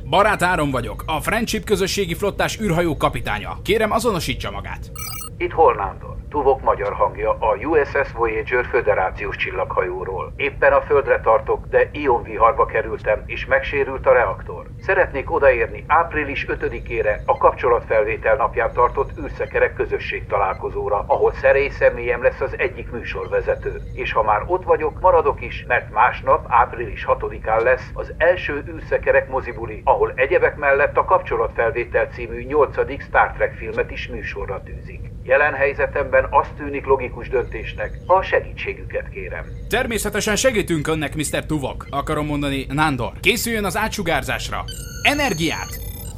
Barát Áron vagyok, a Friendship közösségi flottás űrhajó kapitánya. Kérem, azonosítsa magát. Itt Holnándor, Tuvok magyar hangja a USS Voyager föderációs csillaghajóról. Éppen a földre tartok, de ionviharba kerültem, és megsérült a reaktor. Szeretnék odaérni április 5-ére a kapcsolatfelvétel napján tartott űrszekerek közösség találkozóra, ahol szerély személyem lesz az egyik műsorvezető. És ha már ott vagyok, maradok is, mert másnap, április 6-án lesz az első űrszekerek mozibuli, ahol egyebek mellett a Kapcsolatfelvétel című 8. Star Trek filmet is műsorra tűzik. Jelen helyzetemben azt tűnik logikus döntésnek, ha a segítségüket kérem. Természetesen segítünk önnek, Mr. Tuvok. Akarom mondani, Nándor. Készüljön az átsugárzásra. Energiát!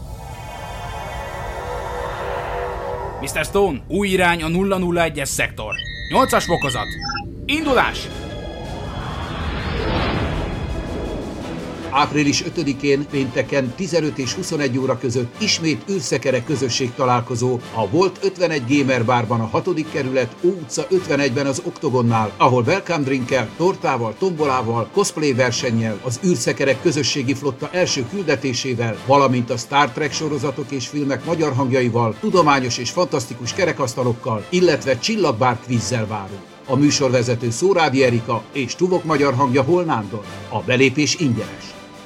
Mr. Stone, új irány a 001-es szektor. 8-as fokozat. Indulás! Április 5-én pénteken 15 és 21 óra között ismét űrszekerek közösség találkozó a Volt 51 Gamer Barban a 6. kerület Ó utca 51-ben az Oktogonnál, ahol welcome drinkkel, tortával, tombolával, cosplay versennyel, az űrszekerek közösségi flotta első küldetésével, valamint a Star Trek sorozatok és filmek magyar hangjaival, tudományos és fantasztikus kerekasztalokkal, illetve csillagbár kvízzel várunk. A műsorvezető Szórádi Erika és Tuvok magyar hangja Holnándor. A belépés ingyenes.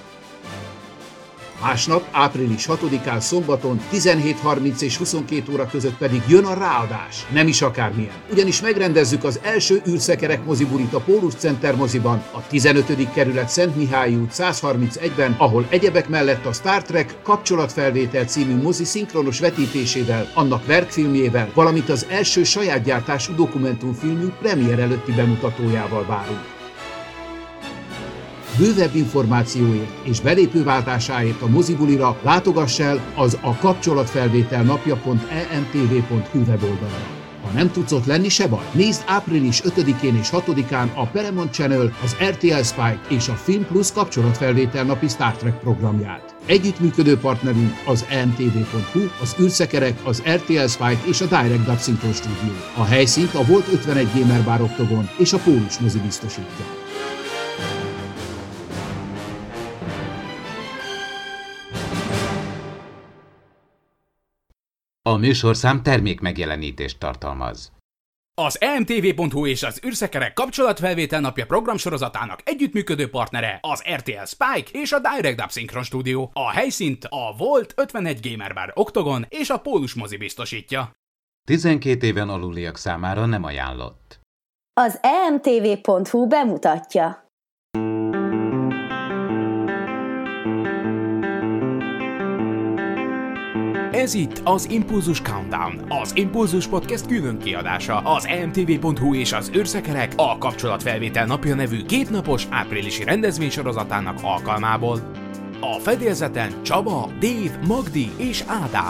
Másnap, április 6-án szombaton 17:30 és 22 óra között pedig jön a ráadás. Nem is akármilyen. Ugyanis megrendezzük az első űrszekerek mozibulit a Pólus Center moziban, a 15. kerület Szent Mihályi út 131-ben, ahol egyebek mellett a Star Trek Kapcsolatfelvétel című mozi szinkronos vetítésével, annak verkfilmjével, valamint az első saját gyártású dokumentumfilmünk premier előtti bemutatójával várunk. Bővebb információért és belépőváltásáért a mozibulira látogass el az a kapcsolatfelvételnapja.emtv.hu weboldalra. Ha nem tudsz ott lenni, se baj. Nézd április 5-én és 6-án a Paramount Channel, az RTL Spike és a Film Plus kapcsolatfelvétel napi Star Trek programját. Együttműködő partnerünk az emtv.hu, az űrszekerek, az RTL Spike és a Direct Dub Synchron Studio. A helyszínt a Volt 51 Gamer Bar Oktogon és a Pólus mozi biztosítja. A műsorszám termékmegjelenítést tartalmaz. Az emtv.hu és az űrszekerek kapcsolatfelvétel napja programsorozatának együttműködő partnere az RTL Spike és a Direct Dub Synchron Studio. A helyszínt a Volt 51 Gamer Bar Oktogon és a Pólus mozi biztosítja. 12 éven aluliak számára nem ajánlott. Az emtv.hu bemutatja. Ez itt az Impulzus Countdown, az Impulzus Podcast külön kiadása, az emtv.hu és az űrszekerek a Kapcsolatfelvétel napja nevű kétnapos áprilisi rendezvénysorozatának alkalmából. A fedélzeten Csaba, Dave, Magdi és Ádám.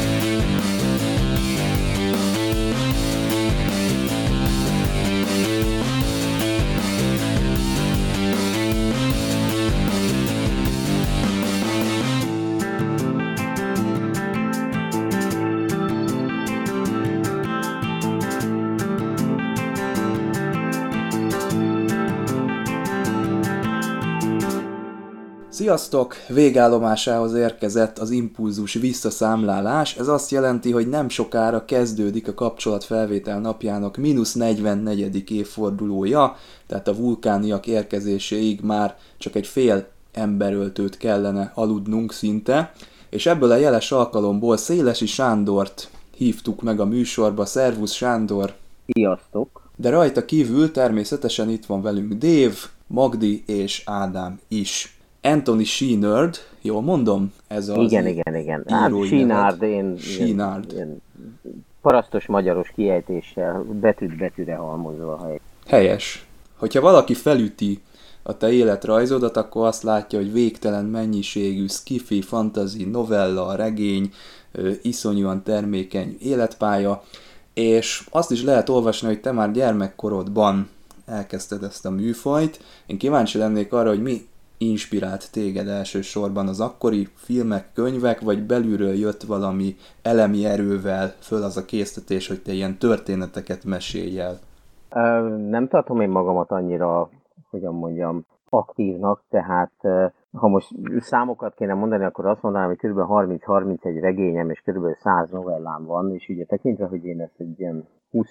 Sziasztok! Végállomásához érkezett az impulzus visszaszámlálás. Ez azt jelenti, hogy nem sokára kezdődik a kapcsolatfelvétel napjának -44. évfordulója, tehát a vulkániak érkezéséig már csak egy fél emberöltőt kellene aludnunk szinte, és ebből a jeles alkalomból Szélesi Sándort hívtuk meg a műsorba. Szervusz Sándor! Sziasztok! De rajta kívül természetesen itt van velünk Dave, Magdi és Ádám is. Anthony Sheenard, jól mondom? Ez az igen. Hát Sheenard, én parasztos magyaros kiejtéssel, betűt betűre halmozva. Helyes. Hogyha valaki felüti a te életrajzodat, akkor azt látja, hogy végtelen mennyiségű sci-fi, fantasy, novella, regény, iszonyúan termékeny életpálya, és azt is lehet olvasni, hogy te már gyermekkorodban elkezdted ezt a műfajt. Én kíváncsi lennék arra, hogy mi inspirált téged elsősorban, az akkori filmek, könyvek, vagy belülről jött valami elemi erővel föl az a késztetés, hogy te ilyen történeteket mesélj el? Nem tartom én magamat annyira, hogyan mondjam, aktívnak, tehát Ha most számokat kéne mondani, akkor azt mondanám, hogy kb. 30-31 regényem és kb. 100 novellám van, és ugye tekintve, hogy én ezt egy ilyen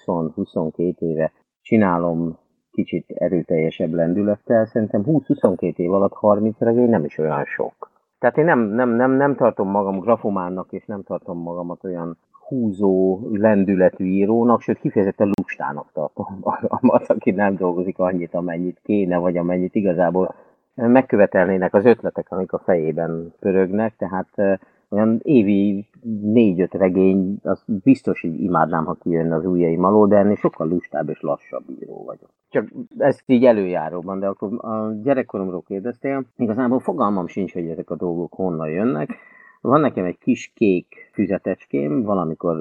20-22 éve csinálom kicsit erőteljesebb lendülettel, szerintem 20-22 év alatt 30 regény nem is olyan sok. Tehát én nem tartom magam grafománnak, és nem tartom magamat olyan húzó lendületű írónak, sőt kifejezetten lustának tartom magamat, aki nem dolgozik annyit, amennyit kéne, vagy amennyit igazából megkövetelnének az ötletek, amik a fejében pörögnek, tehát olyan évi 4-5 regény, az biztos, hogy imádnám, ha kijönne az ujjaim alól, de ennél sokkal lustább és lassabb író vagyok. Csak ezt így előjáróban, de akkor a gyerekkoromról kérdeztél, igazából fogalmam sincs, hogy ezek a dolgok honnan jönnek. Van nekem egy kis kék füzetecském, valamikor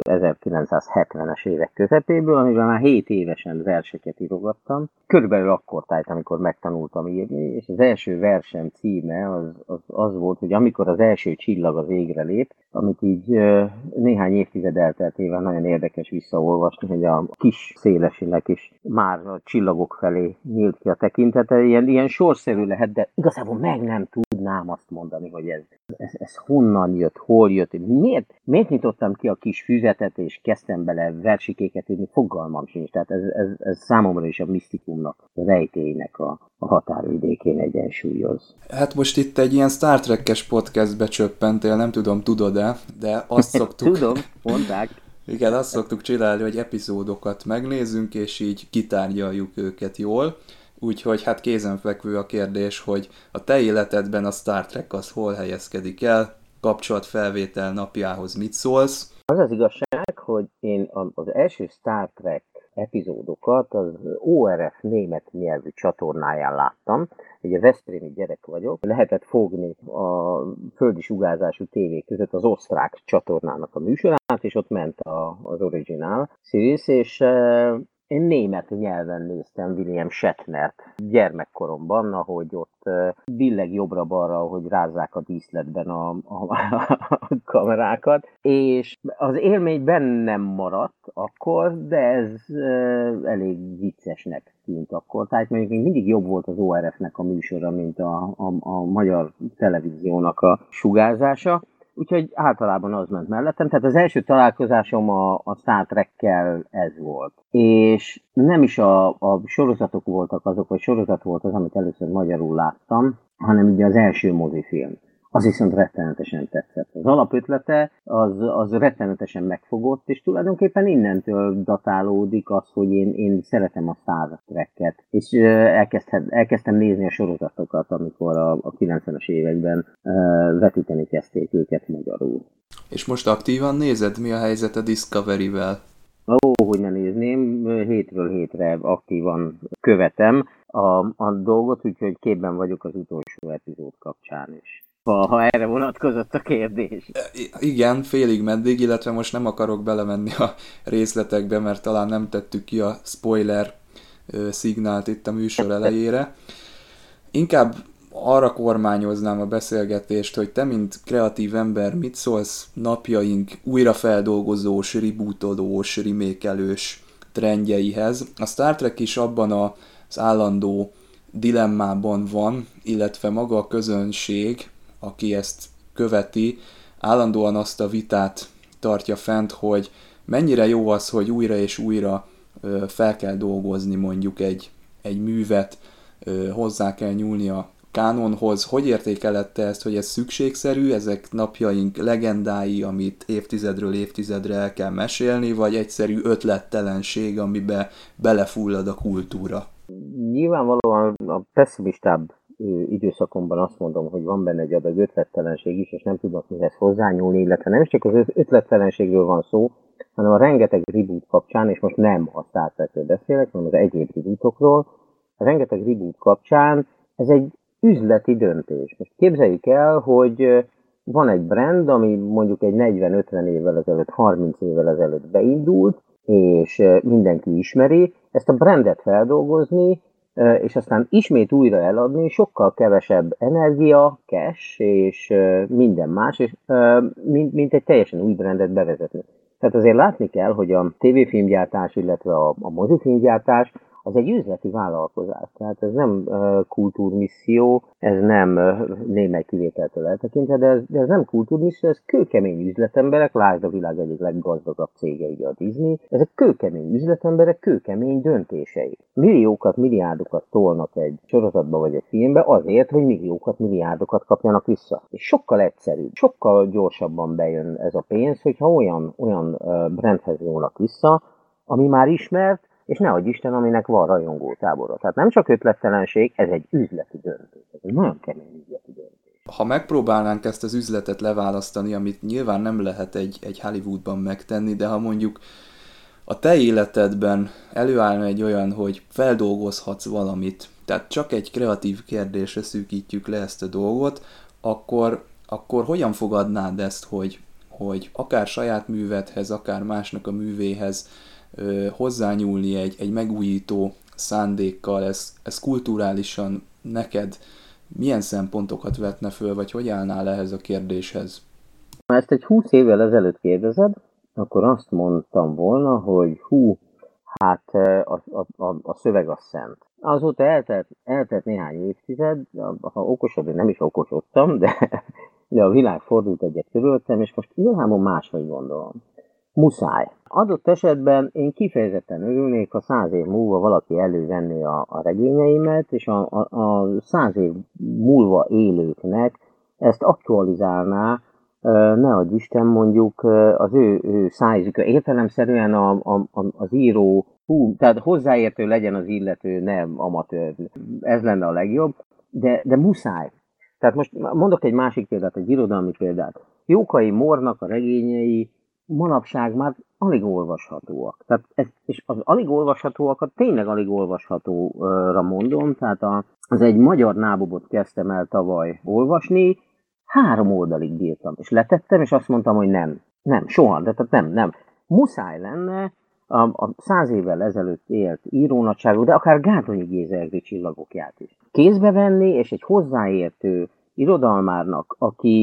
1970-es évek közepéből, amiben már 7 évesen verseket írogattam. Körülbelül akkor tájt, amikor megtanultam írni, és az első versem címe az volt, hogy amikor az első csillag az égre lép, amit így néhány évtized elteltével nagyon érdekes visszaolvasni, hogy a kis Szélesinek is már a csillagok felé nyílt ki a tekintete. Ilyen sorszerű lehet, de igazából meg nem tudnám azt mondani, hogy ez honnan jött, hol jött, miért nyitottam ki a kis füzetet, és kezdtem bele versikéket írni, fogalmam sincs. Tehát ez számomra is a misztikumnak, a rejtélynek a határvidékén egyensúlyoz. Hát most itt egy ilyen Star Trek-es podcastbe csöppentél, nem tudom, tudod-e, de azt szoktuk... Tudom, mondták. Igen, azt szoktuk csinálni, hogy epizódokat megnézzünk, és így kitárgyaljuk őket jól. Úgyhogy hát kézenfekvő a kérdés, hogy a te életedben a Star Trek az hol helyezkedik el, kapcsolatfelvétel napjához mit szólsz? Az az igazság, hogy én az első Star Trek epizódokat az ORF német nyelvű csatornáján láttam. Ugye veszprémi gyerek vagyok, lehetett fogni a földi sugárzású tévék között az osztrák csatornának a műsorát, és ott ment az original series, és én német nyelven néztem William Shatnert gyermekkoromban, ahogy ott billeg jobbra-balra, ahogy rázzák a díszletben a kamerákat, és az élmény bennem maradt akkor, de ez elég viccesnek tűnt akkor. Tehát mondjuk még mindig jobb volt az ORF-nek a műsora, mint a magyar televíziónak a sugárzása. Úgyhogy általában az ment mellettem. Tehát az első találkozásom a Star Trekkel ez volt. És nem is a sorozatok voltak azok, vagy sorozat volt az, amit először magyarul láttam, hanem ugye az első mozifilm. Az viszont rettenetesen tetszett. Az alapötlete az rettenetesen megfogott, és tulajdonképpen innentől datálódik az, hogy én szeretem a Star Trek-et. És elkezdtem nézni a sorozatokat, amikor a 90-es években vetíteni kezdték őket magyarul. És most aktívan nézed, mi a helyzet a Discovery-vel? Hogy ne nézném, hétről hétre aktívan követem a dolgot, úgyhogy képben vagyok az utolsó epizód kapcsán is. Ha erre vonatkozott a kérdés. Igen, félig meddig, illetve most nem akarok belemenni a részletekbe, mert talán nem tettük ki a spoiler szignált itt a műsor elejére. Inkább arra kormányoznám a beszélgetést, hogy te, mint kreatív ember, mit szólsz napjaink újrafeldolgozós, rebootolós, remékelős trendjeihez. A Star Trek is abban az állandó dilemmában van, illetve maga a közönség, aki ezt követi, állandóan azt a vitát tartja fent, hogy mennyire jó az, hogy újra és újra fel kell dolgozni mondjuk egy művet, hozzá kell nyúlni a kánonhoz. Hogy értékeled te ezt, hogy ez szükségszerű, ezek napjaink legendái, amit évtizedről évtizedre el kell mesélni, vagy egyszerű ötlettelenség, amiben belefullad a kultúra? Nyilvánvalóan a pessimistább időszakomban azt mondom, hogy van benne egy adag ötlettelenség is, és nem tudnak mihez hozzányúlni, illetve nem csak az ötlettelenségről van szó, hanem a rengeteg reboot kapcsán, és most nem a Star Trekről beszélek, hanem az egyéb rebootokról, a rengeteg reboot kapcsán ez egy üzleti döntés. Most képzeljük el, hogy van egy brand, ami mondjuk egy 40-50 évvel ezelőtt, 30 évvel ezelőtt beindult, és mindenki ismeri, ezt a brandet feldolgozni, és aztán ismét újra eladni, sokkal kevesebb energia, cash és minden más, és, mint egy teljesen új brandet bevezetni. Tehát azért látni kell, hogy a tévéfilmgyártás, illetve a mozifilmgyártás az egy üzleti vállalkozás. Tehát ez nem kultúrmisszió, ez nem némely kivételtől eltekintve, de ez nem kultúrmisszió, ez kőkemény üzletemberek, lásd a világ egyik leggazdagabb cége, ugye a Disney, ezek kőkemény üzletemberek, kőkemény döntései. Milliókat, milliárdokat tolnak egy sorozatba vagy egy filmbe azért, hogy milliókat, milliárdokat kapjanak vissza. És sokkal egyszerűbb, sokkal gyorsabban bejön ez a pénz, hogyha olyan brandhez nyúlnak vissza, ami már ismert, és nehogy Isten, aminek van rajongótábora. Tehát nem csak ötlettelenség, ez egy üzleti döntés. Ez egy nagyon kemény üzleti döntés. Ha megpróbálnánk ezt az üzletet leválasztani, amit nyilván nem lehet egy Hollywoodban megtenni, de ha mondjuk a te életedben előállna egy olyan, hogy feldolgozhatsz valamit, tehát csak egy kreatív kérdésre szűkítjük le ezt a dolgot, akkor hogyan fogadnád ezt, hogy akár saját művedhez, akár másnak a művéhez hozzányúlni egy megújító szándékkal, ez kulturálisan neked milyen szempontokat vetne föl, vagy hogy állnál ehhez a kérdéshez? Ha ezt egy 20 évvel ezelőtt kérdezed, akkor azt mondtam volna, hogy a szöveg a szent. Azóta eltelt néhány évtized, ha okosodni nem is okosodtam, de a világ fordult egyet körülöttem, és most igazából máshogy gondolom. Muszáj. Adott esetben én kifejezetten örülnék, ha 100 év múlva valaki elővenné a regényeimet, és a 100 év múlva élőknek ezt aktualizálná, nehogy Isten mondjuk az ő szájzükre. Értelemszerűen az író, tehát hozzáértő legyen az illető, nem amatőr. Ez lenne a legjobb, de muszáj. Tehát most mondok egy másik példát, egy irodalmi példát. Jókai Mornak a regényei manapság már alig olvashatóak. Tehát és az alig olvashatóakat tényleg alig olvashatóra mondom, tehát az egy magyar nábobot kezdtem el tavaly olvasni, 3 oldalig bírtam, és letettem, és azt mondtam, hogy nem, soha, de tehát nem. Muszáj lenne a 100 évvel ezelőtt élt írónagyságú, de akár Gárdonyi Géza Egri Csillagokját is kézbe venni, és egy hozzáértő irodalmárnak,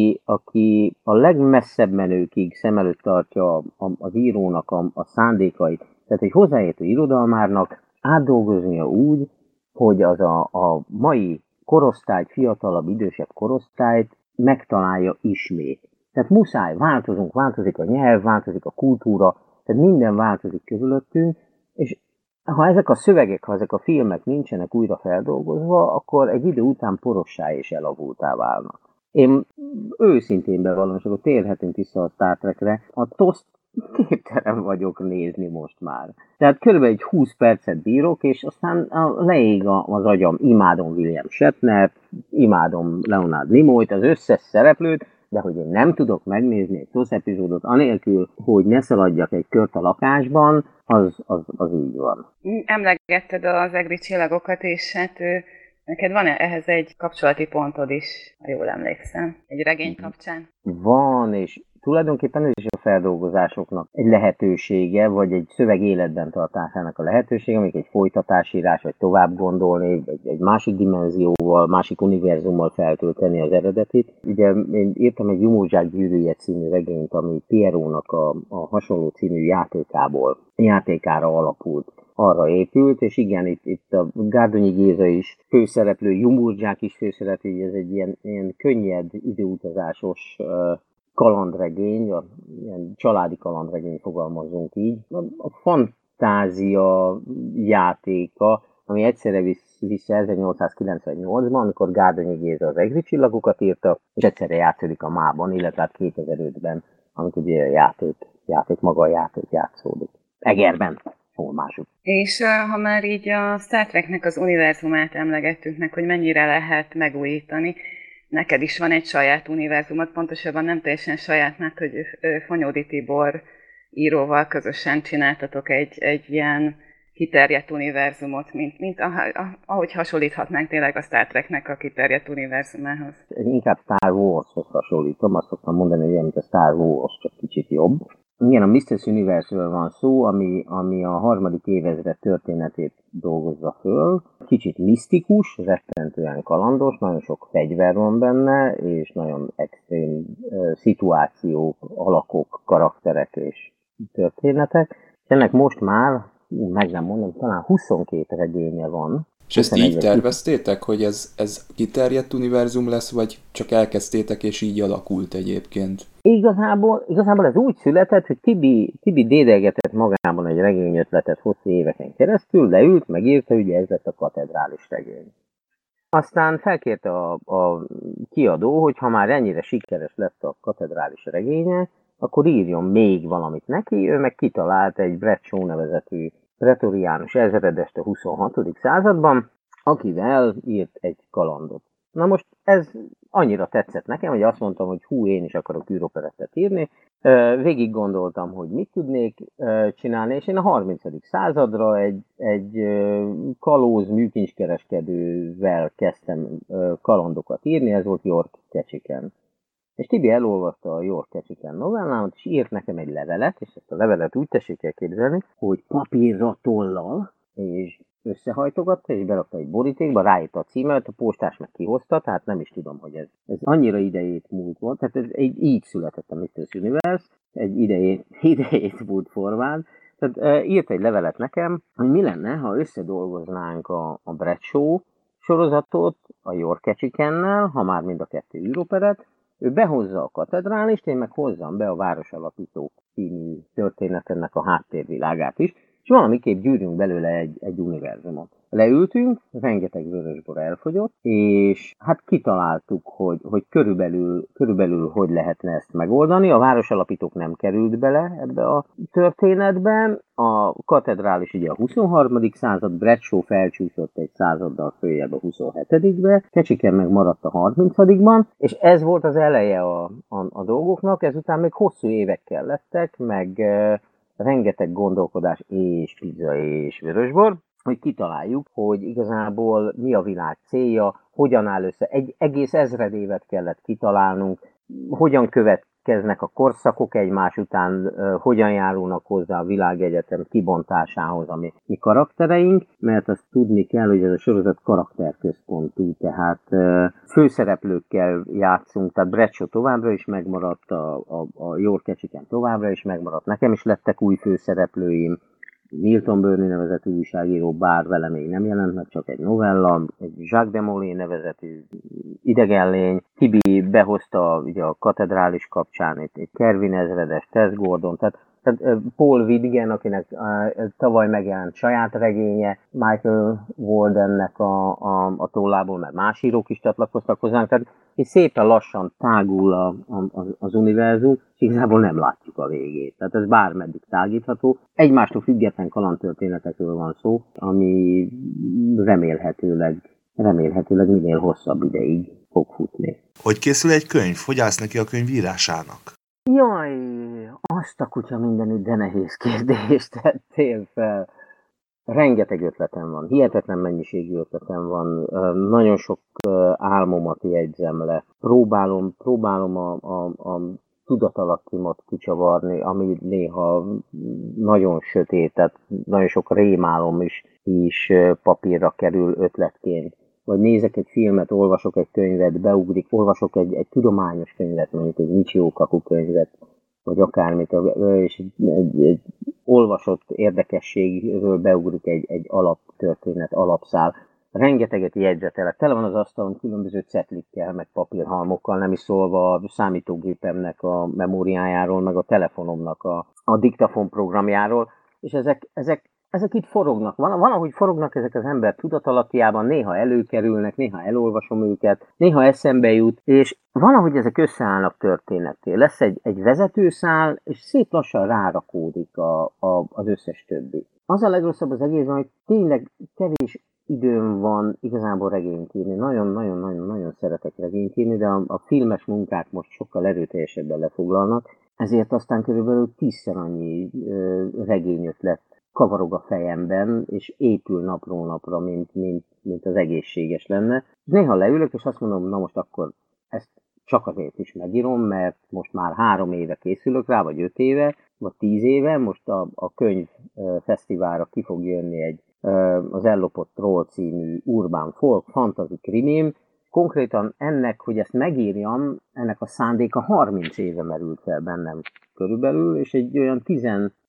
aki a legmesszebb menőkig szem előtt tartja az írónak a szándékait, tehát egy hozzáértő irodalmárnak átdolgoznia úgy, hogy az a mai korosztályt, fiatalabb, idősebb korosztályt megtalálja ismét. Tehát muszáj, változik a nyelv, változik a kultúra, tehát minden változik körülöttünk, és ha ezek a szövegek, ha ezek a filmek nincsenek újra feldolgozva, akkor egy idő után porossá és elavultá válnak. Én őszintén bevallom, és akkor térhetünk vissza a Star Trekre, a TOS-t képtelen vagyok nézni most már. Tehát körülbelül egy 20 percet bírok, és aztán leég az agyam. Imádom William Shatnert, imádom Leonard Nimoyt, az összes szereplőt, de hogy én nem tudok megnézni egy TOS epizódot anélkül, hogy ne szaladjak egy kört a lakásban, az így van. Emlegetted az Egri Csillagokat, és hát neked van ehhez egy kapcsolati pontod is, ha jól emlékszem, egy regény kapcsán? Van, és tulajdonképpen ez is a feldolgozásoknak egy lehetősége, vagy egy szöveg életben tartásának a lehetősége, amik egy folytatásírás, vagy tovább gondolni, egy másik dimenzióval, másik univerzummal feltölteni az eredetit. Ugye én írtam egy Jumózsák gyűrűje című regényt, ami Pierrónak a hasonló című játékára alapult. Arra épült, és igen, itt a Gárdonyi Géza is főszereplő, Jumurdzsák is főszereplő, ez egy ilyen könnyed, időutazásos kalandregény, ilyen családi kalandregény, fogalmazunk így. A fantázia játéka, ami egyszerre vissza 1898-ban, amikor Gárdonyi Géza az Egri Csillagokat írta, és egyszerre játszódik a Mában, illetve 2005-ben, amikor ugye a játék játszódik. Egerben. És ha már így a Star Treknek az univerzumát emlegettünk meg, hogy mennyire lehet megújítani, neked is van egy saját univerzumot, pontosabban nem teljesen saját, mert hogy Fonyódi Tibor íróval közösen csináltatok egy ilyen kiterjedt univerzumot, mint ahogy hasonlíthatnánk tényleg a Star Treknek a kiterjedt univerzumához. Inkább Star Wars-hoz hasonlítom, azt szoktam mondani, hogy olyan, mint a Star Wars, csak kicsit jobb. Igen, a Mr. Universe-ről van szó, ami a 3. évezred történetét dolgozza föl. Kicsit misztikus, rettentően kalandos, nagyon sok fegyver van benne, és nagyon extrém szituációk, alakok, karakterek és történetek. És ennek most már meg nem mondom, talán 22 regénye van. És ezt így terveztétek, hogy ez kiterjedt univerzum lesz, vagy csak elkezdtétek, és így alakult egyébként? Igazából ez úgy született, hogy Tibi dédelgetett magában egy regényötletet hosszú éveken keresztül, leült, megírta, ugye ez lett a katedrális regény. Aztán felkérte a kiadó, hogy ha már ennyire sikeres lett a katedrális regénye, akkor írjon még valamit neki, ő meg kitalált egy Bradshaw nevezetű pretoriánus ezredest a 26. században, akivel írt egy kalandot. Na most ez annyira tetszett nekem, hogy azt mondtam, hogy én is akarok űroperettet írni. Végig gondoltam, hogy mit tudnék csinálni, és én a 30. századra egy kalóz műkincskereskedővel kezdtem kalandokat írni, ez volt York Ketchikan. És Tibi elolvasta a York Ketchikan novellámat, és írt nekem egy levelet, és ezt a levelet úgy tessék elképzelni, hogy papírra, tollal, és összehajtogatta, és berakta egy borítékba, ráírta a címet, a postás meg kihozta, tehát nem is tudom, hogy ez annyira idejét múlt volt, tehát ez így született a Mr. Universe, egy idejét múlt formán, tehát írt egy levelet nekem, hogy mi lenne, ha összedolgoznánk a Bradshaw sorozatot a York Ketchikannel, ha már mind a kettő űroperet, ő behozza a katedrálist, én meg hozzam be a Városalapítók című történetemnek a háttérvilágát is, és valamiképp gyűrjünk belőle egy univerzumot. Leültünk, rengeteg vörösbor elfogyott, és hát kitaláltuk, hogy körülbelül hogy lehetne ezt megoldani. A Városalapítók nem került bele ebbe a történetbe, a katedrális ugye a 23. század, Bradshaw felcsúszott egy századdal följebb a 27-be, Ketchikan meg maradt a 30-ban, és ez volt az eleje a dolgoknak, ezután még hosszú évek kellettek, meg rengeteg gondolkodás és pizza és vörösbor, hogy kitaláljuk, hogy igazából mi a világ célja, hogyan áll össze. Egy egész ezredévet kellett kitalálnunk, hogyan következnek a korszakok egymás után, hogyan járulnak hozzá a világegyetem kibontásához a mi karaktereink, mert azt tudni kell, hogy ez a sorozat karakterközpontú, tehát főszereplőkkel játszunk, tehát Bradshaw továbbra is megmaradt, a York Ketchikan továbbra is megmaradt, nekem is lettek új főszereplőim, Milton Burney nevezetű újságíró, bár vele még nem jelent meg, csak egy novella, egy Jacques Demolay nevezetű idegenlény, Tibi behozta ugye a katedrális kapcsán egy Kervin ezredes, Tess Gordon, tehát Paul Widgen, akinek tavaly megjelent saját regénye, Michael Waldennek a tollából, mert más írók is csatlakoztak hozzánk, tehát és szépen lassan tágul az univerzum, és igazából nem látjuk a végét. Tehát ez bármeddig tágítható. Egymástól független kalandtörténetekről van szó, ami remélhetőleg minél hosszabb ideig fog futni. Hogy készül egy könyv? Hogy állsz neki a könyv írásának? Jaj, azt a kutya mindenütt, de nehéz kérdést tettél fel. Rengeteg ötletem van, hihetetlen mennyiségű ötletem van, nagyon sok álmomat jegyzem le. Próbálom a tudatalattimat kicsavarni, ami néha nagyon sötét, tehát nagyon sok rémálom is papírra kerül ötletként. Vagy nézek egy filmet, olvasok egy könyvet, beugrik, olvasok egy tudományos könyvet, mondjuk egy Michio Kaku könyvet, vagy akármit, és egy olvasott érdekességről beugrik egy alaptörténet, alapszál. Rengeteget jegyzetelek, tele van az asztalon különböző cetlikkel, meg papírhalmokkal, nem is szólva a számítógépemnek a memóriájáról, meg a telefonomnak a diktafon programjáról, és ezek itt forognak. Van, ahogy forognak ezek az ember tudatalattiában, néha előkerülnek, néha elolvasom őket, néha eszembe jut, és van, ahogy ezek összeállnak történetté. Lesz egy vezetőszál, és szép lassan rárakódik az összes többi. Az a legrosszabb az egészben, hogy tényleg kevés időm van igazából regényt írni. Nagyon szeretek regényt írni, de a filmes munkák most sokkal erőteljesebben lefoglalnak, ezért aztán körülbelül 10-szer annyi regényötlet kavarog a fejemben, és épül napról napra, mint az egészséges lenne. Néha leülök, és azt mondom, na most akkor ezt csak azért is megírom, mert most már 3 éve készülök rá, vagy 5 éve, vagy 10 éve, most a könyv fesztiválra ki fog jönni az Ellopott Troll című Urban Folk fantasy krimim. Konkrétan ennek, hogy ezt megírjam, ennek a szándéka 30 éve merült fel bennem körülbelül, és egy olyan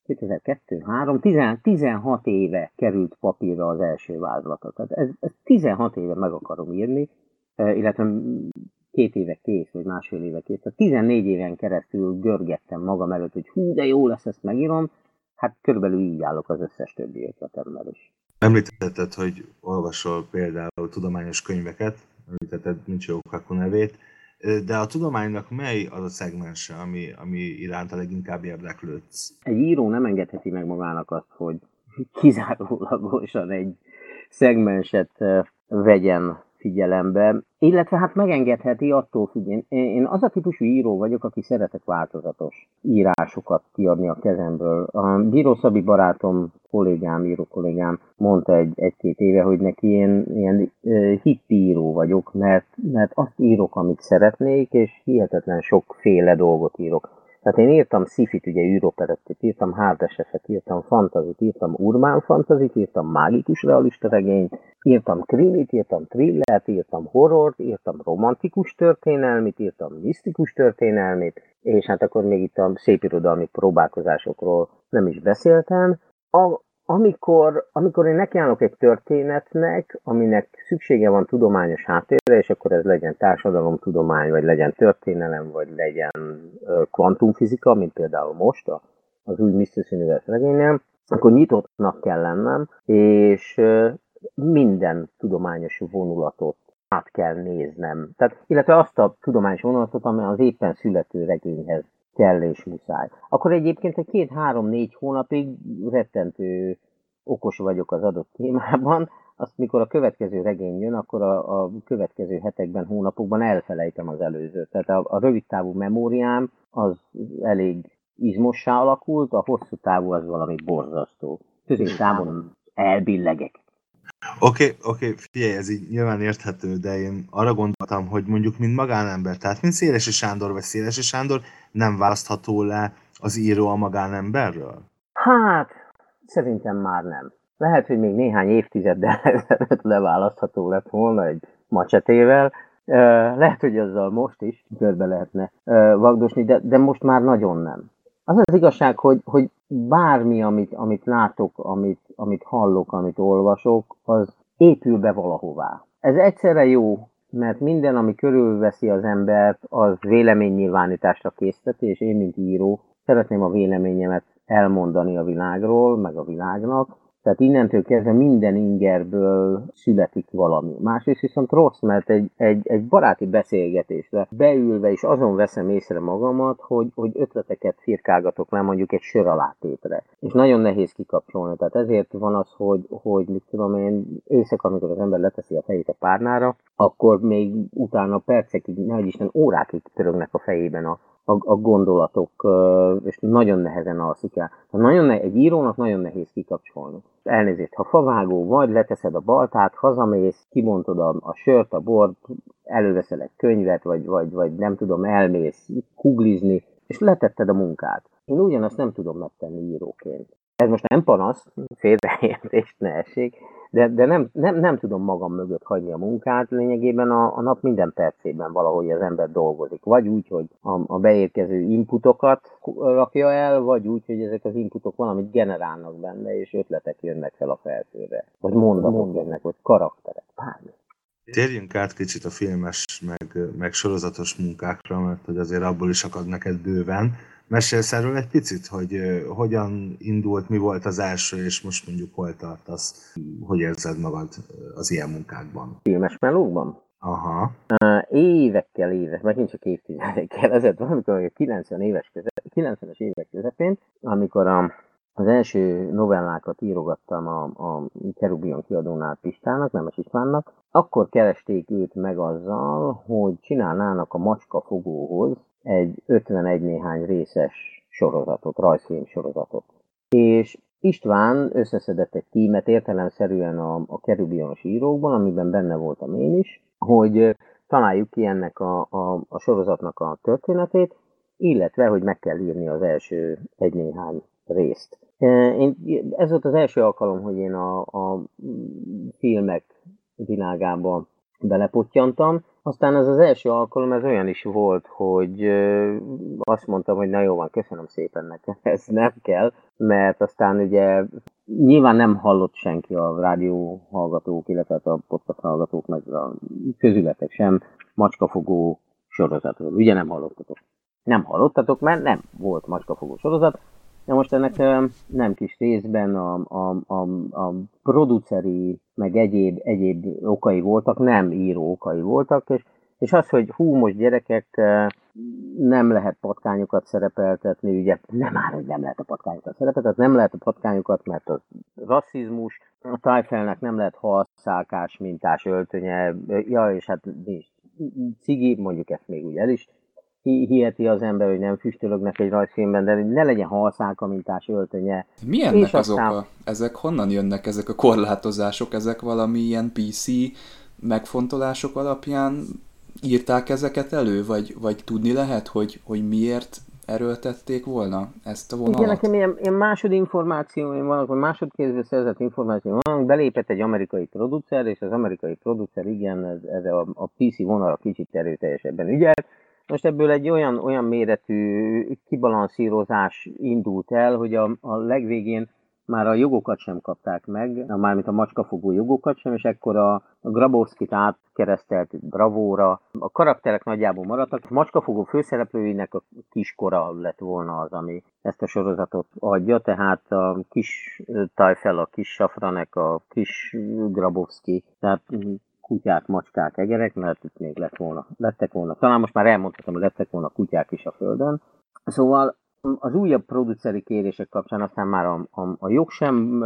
2002, 3, 16 éve került papírra az első vázlata. Tehát ez 16 éve meg akarom írni, illetve 2 éve kész, vagy másfél éve kész. Tehát 14 éven keresztül görgettem magam előtt, hogy hú, de jó lesz, ezt megírom. Hát körülbelül így állok az összes többi ötletemmel is. Említetted, hogy olvasol például tudományos könyveket, említetted Michio Kaku nevét, de a tudománynak mely az a szegmense, ami iránt a leginkább érdeklődsz? Egy író nem engedheti meg magának azt, hogy kizárólagosan egy szegmenset vegyen figyelembe, illetve hát megengedheti attól függően. Én az a típusú író vagyok, aki szeretek változatos írásokat kiadni a kezemből. A Bíró Szabi barátom, író kollégám mondta egy-két éve, hogy neki ilyen hippi író vagyok, mert azt írok, amit szeretnék, és hihetetlen sokféle dolgot írok. Tehát én írtam sci-fit, ugye űroperettet, írtam hard SF-et, írtam fantazit, írtam urbán fantazit, írtam mágikus realista regényt, írtam krimit, írtam thrillert, írtam horrort, írtam romantikus történelmit, írtam misztikus történelmit, és hát akkor még itt a szépirodalmi próbálkozásokról nem is beszéltem. Amikor én nekiállok egy történetnek, aminek szüksége van tudományos háttérre, és akkor ez legyen társadalomtudomány, vagy legyen történelem, vagy legyen kvantumfizika, mint például most az új Mr. Universe regénynél, akkor nyitottnak kell lennem, és minden tudományos vonulatot át kell néznem. Tehát, illetve azt a tudományos vonulatot, amely az éppen születő regényhez kell és muszáj. Akkor egyébként egy 2-3-4 hónapig rettentő okos vagyok az adott témában, azt mikor a következő regény jön, akkor a következő hetekben, hónapokban elfelejtem az előzőt. Tehát a rövid távú memóriám az elég izmossá alakult, a hosszú távú az valami borzasztó. Középtávon elbillegek. Oké, figyelj, ez így nyilván érthető, de én arra gondoltam, hogy mondjuk mint magánember, tehát mint Szélesi Sándor vagy Szélesi Sándor, nem választható le az író a magánemberről? Hát, szerintem már nem. Lehet, hogy még néhány évtizeddel ezelőtt leválasztható lett volna egy macsetével. Lehet, hogy azzal most is körbe lehetne vagdosni, de most már nagyon nem. Az az igazság, hogy bármi, amit látok, amit hallok, amit olvasok, az épül be valahová. Ez egyszerre jó, mert minden, ami körülveszi az embert, az véleménynyilvánításra készteti, és én, mint író, szeretném a véleményemet elmondani a világról, meg a világnak. Tehát innentől kezdve minden ingerből születik valami. Másrészt viszont rossz, mert egy baráti beszélgetésre beülve is azon veszem észre magamat, hogy ötleteket firkálgatok le mondjuk egy söralátétre. És nagyon nehéz kikapcsolni. Tehát ezért van az, hogy mit tudom én, éjszaka, amikor az ember leteszi a fejét a párnára, akkor még utána percekig, nehogy Isten, órákig törögnek a fejében a gondolatok, és nagyon nehezen alszik el. Egy írónak nagyon nehéz kikapcsolni. Elnézést, ha favágó vagy, leteszed a baltát, hazamész, kibontod a sört, a bort, előveszel egy könyvet, vagy nem tudom, elmész kuglizni, és letetted a munkát. Én ugyanazt nem tudom megtenni íróként. Ez most nem panasz, félreértést ne essék, de nem tudom magam mögött hagyni a munkát, lényegében a nap minden percében valahogy az ember dolgozik. Vagy úgy, hogy a beérkező inputokat rakja el, vagy úgy, hogy ezek az inputok valamit generálnak benne, és ötletek jönnek fel a felszínre. Vagy mondatok jönnek, vagy karakterek, bármi. Térjünk át kicsit a filmes, meg sorozatos munkákra, mert hogy azért abból is akad neked bőven. Mesélsz erről egy picit, hogy hogyan indult, mi volt az első, és most mondjuk hol tartasz, hogy érzed magad az ilyen munkákban? Filmes melókban? Aha. Évekkel, megint csak évtizedekkel ezelőtt, valamikor a 90-es évek közepén, amikor az első novellákat írogattam a Kerubion kiadónál Pistának, Nemes Istvánnak, akkor keresték őt meg azzal, hogy csinálnának a Macskafogóhoz egy 51 néhány részes sorozatot, rajzfilm sorozatot. És István összeszedett egy tímet értelemszerűen a Kerubionos írókban, amiben benne voltam én is, hogy találjuk ki ennek a sorozatnak a történetét, illetve, hogy meg kell írni az első egy néhány részt. Ez volt az első alkalom, hogy én a filmek világába belepottyantam. Aztán ez az első alkalom, ez olyan is volt, hogy azt mondtam, hogy na jó van, köszönöm szépen nekem, ez nem kell, mert aztán ugye nyilván nem hallott senki a rádió hallgatók, illetve a podcast hallgatók, meg a közületek sem macskafogó sorozatról. Ugye nem hallottatok? Nem hallottatok, mert nem volt macskafogó sorozat. Na most ennek nem kis részben a produceri, meg egyéb okai voltak, nem író okai voltak, és az, hogy most gyerekek, nem lehet patkányokat szerepeltetni, ugye nem lehet a patkányokat szerepeltetni, nem lehet a patkányokat, mert az rasszizmus, a tájfelnek nem lehet halszálkás mintás öltönye, és hát nincs cigi, mondjuk ezt még úgy el is hiheti az ember, hogy nem füstölögnek egy rajzfilmben, de ne legyen halszálka mintás öltönye. Mi ennek az oka? Ezek honnan jönnek, ezek a korlátozások? Ezek valami ilyen PC megfontolások alapján írták ezeket elő? Vagy tudni lehet, hogy miért erőltették volna ezt a vonalat? Igen, nekem ilyen másodinformációim vannak, vagy másodkézből szerzett információim vannak, belépett egy amerikai producer, és az amerikai producer igen, ez a PC vonalra kicsit erőteljesebben ügyelt. Most ebből egy olyan méretű kibalanszírozás indult el, hogy a legvégén már a jogokat sem kapták meg, mármint a macskafogó jogokat sem, és ekkor a Grabowskit átkeresztelt Bravóra. A karakterek nagyjából maradtak, a macskafogó főszereplőinek a kiskora lett volna az, ami ezt a sorozatot adja, tehát a kis Tajfel, a kis Safranek, a kis Grabowski, tehát kutyák, macskák, egerek, mert itt még lettek volna. Talán most már elmondhatom, hogy lettek volna kutyák is a Földön. Szóval az újabb produceri kérések kapcsán aztán már a jog sem,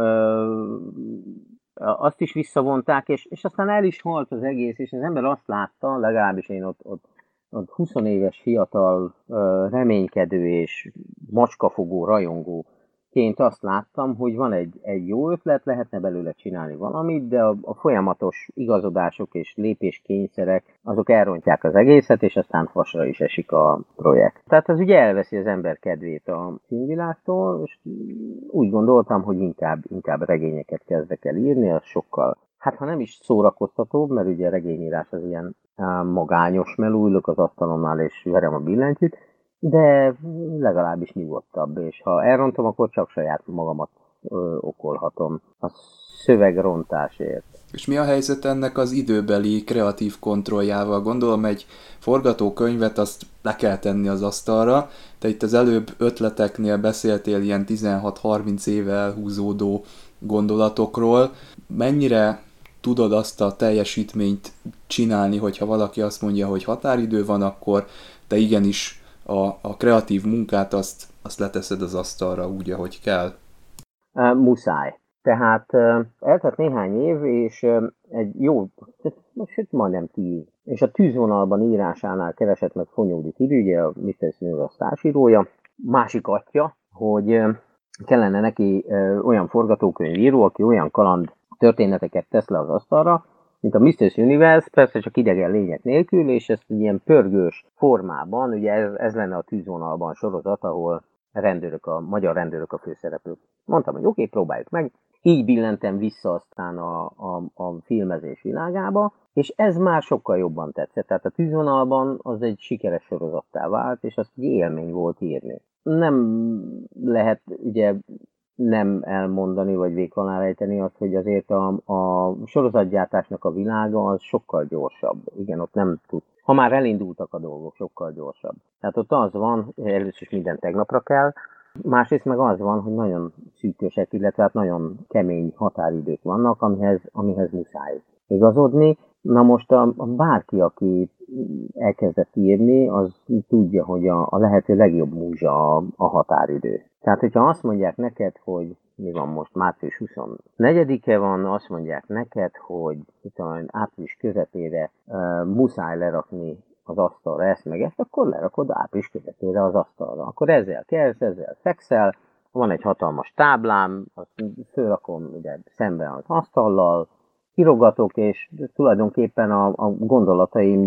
azt is visszavonták, és aztán el is halt az egész, és az ember azt látta, legalábbis én ott 20 éves fiatal, reménykedő és macskafogó, rajongóként azt láttam, hogy van egy jó ötlet, lehetne belőle csinálni valamit, de a folyamatos igazodások és lépéskényszerek, azok elrontják az egészet, és aztán fasra is esik a projekt. Tehát az ugye elveszi az ember kedvét a filmvilágtól, és úgy gondoltam, hogy inkább regényeket kezdek el írni, az sokkal, hát ha nem is szórakoztatóbb, mert ugye a regényírás az ilyen magányos meló, ülök az asztalomnál és verem a billentyűt, de legalábbis nyugodtabb, és ha elrontom, akkor csak saját magamat okolhatom a szövegrontásért. És mi a helyzet ennek az időbeli kreatív kontrolljával? Gondolom, egy forgatókönyvet azt le kell tenni az asztalra, te itt az előbb ötleteknél beszéltél ilyen 16-30 éve elhúzódó gondolatokról. Mennyire tudod azt a teljesítményt csinálni, hogyha valaki azt mondja, hogy határidő van, akkor te igenis a kreatív munkát azt leteszed az asztalra úgy, ahogy kell? Muszáj. Tehát eltelt néhány év, és egy jó, most majdnem 10. És a Tűzvonalban írásánál keresett meg Fonyódi Tibi, ugye a Mr. Színőr társírója, másik atya, hogy kellene neki olyan forgatókönyvíró, aki olyan kaland történeteket tesz le az asztalra, mint a Mr. Universe, persze csak idegen lények nélkül, és ezt ilyen pörgős formában, ugye ez lenne a Tűzvonalban sorozat, ahol magyar rendőrök a főszereplők. Mondtam, hogy oké, próbáljuk meg. Így billentem vissza aztán a filmezés világába, és ez már sokkal jobban tetszett. Tehát a Tűzvonalban az egy sikeres sorozattá vált, és azt egy élmény volt írni. Nem lehet ugye nem elmondani, vagy vék alá rejteni azt, hogy azért a sorozatgyártásnak a világa az sokkal gyorsabb. Igen, ott nem tud. Ha már elindultak a dolgok, sokkal gyorsabb. Tehát ott az van, először is minden tegnapra kell, másrészt meg az van, hogy nagyon szűkösek, illetve hát nagyon kemény határidők vannak, amihez muszáj igazodni. Na most bárki, aki elkezdett írni, az tudja, hogy a lehető legjobb múzsa a határidő. Tehát, hogyha azt mondják neked, hogy mi van most, március 24-e van, azt mondják neked, hogy április közepére muszáj lerakni az asztalra ezt meg ezt, akkor lerakod április közepére az asztalra. Akkor ezzel kelsz, ezzel fekszel, van egy hatalmas táblám, azt fölrakom ugye szemben az asztallal, kirogatok, és tulajdonképpen a gondolataim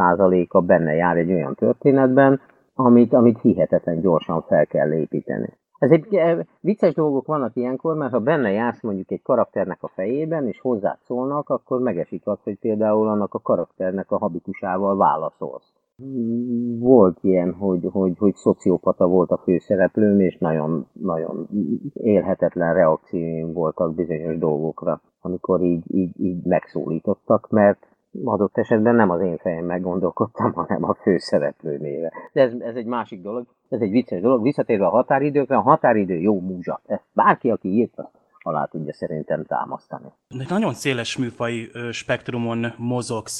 80%-a benne jár egy olyan történetben, amit hihetetlen gyorsan fel kell építeni. Ezek vicces dolgok vannak ilyenkor, mert ha benne jársz mondjuk egy karakternek a fejében, és hozzád szólnak, akkor megesik az, hogy például annak a karakternek a habitusával válaszolsz. Volt ilyen, hogy szociopata volt a főszereplőm, és nagyon, nagyon élhetetlen reakcióim voltak bizonyos dolgokra, amikor így megszólítottak, mert adott esetben nem az én fejemmel gondolkodtam, hanem a főszereplőnével. De ez egy másik dolog, ez egy vicces dolog. Visszatérve a határidőkre, a határidő jó múzsa. Ezt bárki, aki írta, alá tudja szerintem támasztani. Nagyon széles műfaj spektrumon mozogsz,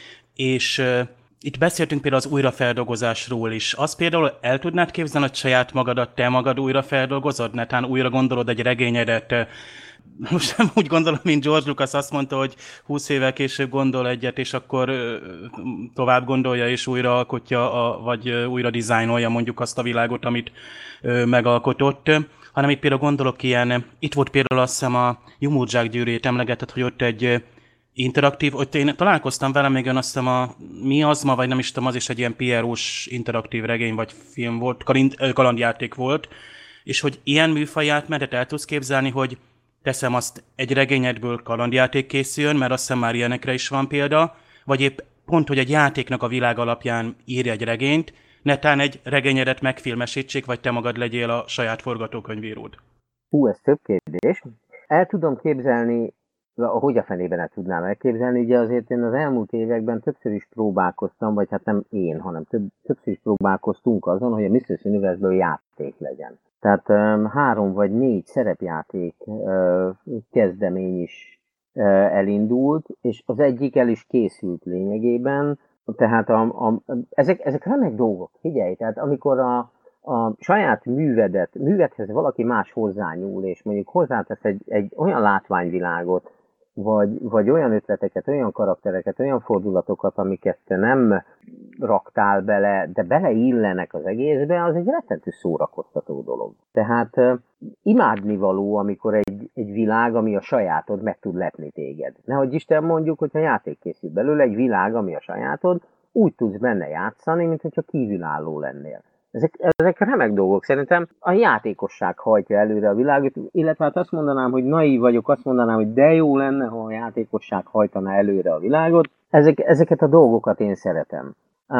és itt beszéltünk például az újrafeldolgozásról is. Azt például el tudnád képzelni, hogy saját magadat te magad újrafeldolgozod? Netán újra gondolod egy regényedet. Most nem úgy gondolom, mint George Lucas azt mondta, hogy 20 évvel később gondol egyet, és akkor tovább gondolja, és újra alkotja, vagy újra dizájnolja mondjuk azt a világot, amit megalkotott. Hanem itt például gondolok ilyen, itt volt például azt hiszem a Jumurdzsák gyűrűjét emlegetett, hogy ott egy interaktív, ott én találkoztam vele, még azt hiszem mi az ma, vagy nem is tudom, az is egy ilyen PR-os interaktív regény, vagy film volt, kalandjáték volt, és hogy ilyen műfaj átmenetet el tudsz képzelni, hogy teszem azt egy regényedből kalandjáték készüljön, mert azt hiszem már ilyenekre is van példa, vagy épp pont, hogy egy játéknak a világ alapján írj egy regényt, netán egy regényedet megfilmesítsék, vagy te magad legyél a saját forgatókönyvíród. Ez több kérdés. El tudom képzelni, hogy a fenében el tudnám elképzelni, ugye azért én az elmúlt években többször is próbálkoztam, vagy hát nem én, hanem többször is próbálkoztunk azon, hogy a Mistress Universe-ből játék legyen. Tehát 3 vagy 4 szerepjáték kezdemény is elindult, és az egyik el is készült lényegében. Tehát ezek remek dolgok, figyelj, tehát amikor a saját művedhez valaki más hozzányúl, és mondjuk hozzátesz egy olyan látványvilágot, vagy olyan ötleteket, olyan karaktereket, olyan fordulatokat, amiket te nem raktál bele, de beleillenek az egészbe, az egy rettentő szórakoztató dolog. Tehát imádnivaló, amikor egy világ, ami a sajátod, meg tud lepni téged. Nehogy Isten mondjuk, hogyha játék készül belőle, egy világ, ami a sajátod, úgy tudsz benne játszani, mint hogyha kívülálló lennél. Ezek remek dolgok. Szerintem a játékosság hajtja előre a világot, illetve hát azt mondanám, hogy naív vagyok, azt mondanám, hogy de jó lenne, ha a játékosság hajtaná előre a világot. Ezeket a dolgokat én szeretem.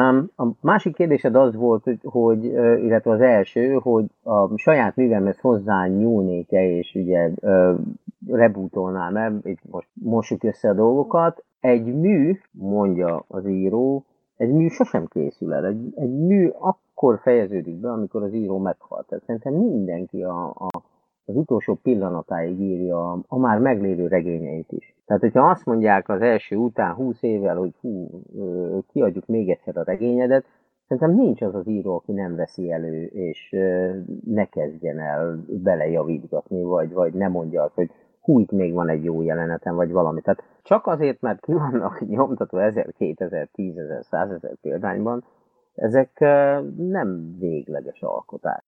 A másik kérdésed az volt, illetve az első, hogy a saját művemhez hozzá nyúlnék-e, és ugye rebootolnám-e, és most mossuk össze a dolgokat. Egy mű, mondja az író, egy mű sosem készül el. Egy mű akkor fejeződik be, amikor az író meghalt. Tehát szerintem mindenki az utolsó pillanatáig írja a már meglévő regényeit is. Tehát, hogyha azt mondják az első után 20 évvel, hogy kiadjuk még egyszer a regényedet, szerintem nincs az az író, aki nem veszi elő, és ne kezdjen el belejavítgatni, vagy ne mondja azt, hogy itt még van egy jó jelenetem, vagy valami. Tehát csak azért, mert ki vannak nyomtatva 1000, 2000, 10.000, 100.000 példányban, ezek nem végleges alkotás.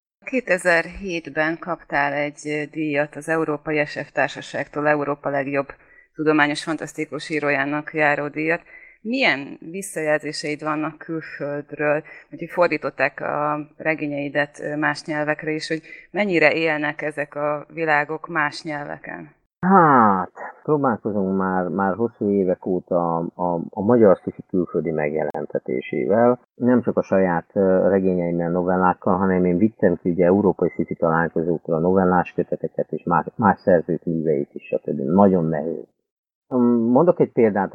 2007-ben kaptál egy díjat az Európai SF Társaságtól, Európa legjobb tudományos fantasztikus írójának járó díjat. Milyen visszajelzéseid vannak külföldről, hogy fordították a regényeidet más nyelvekre is, hogy mennyire élnek ezek a világok más nyelveken? Hát, próbálkozunk már hosszú évek óta a magyar sci-fi külföldi megjelentetésével. Nem csak a saját regényeimmel, novellákkal, hanem én vittem ki ugye európai sci-fi találkozókra a novellás köteteket és más szerzők műveit is, stb. Nagyon nehéz. Mondok egy példát,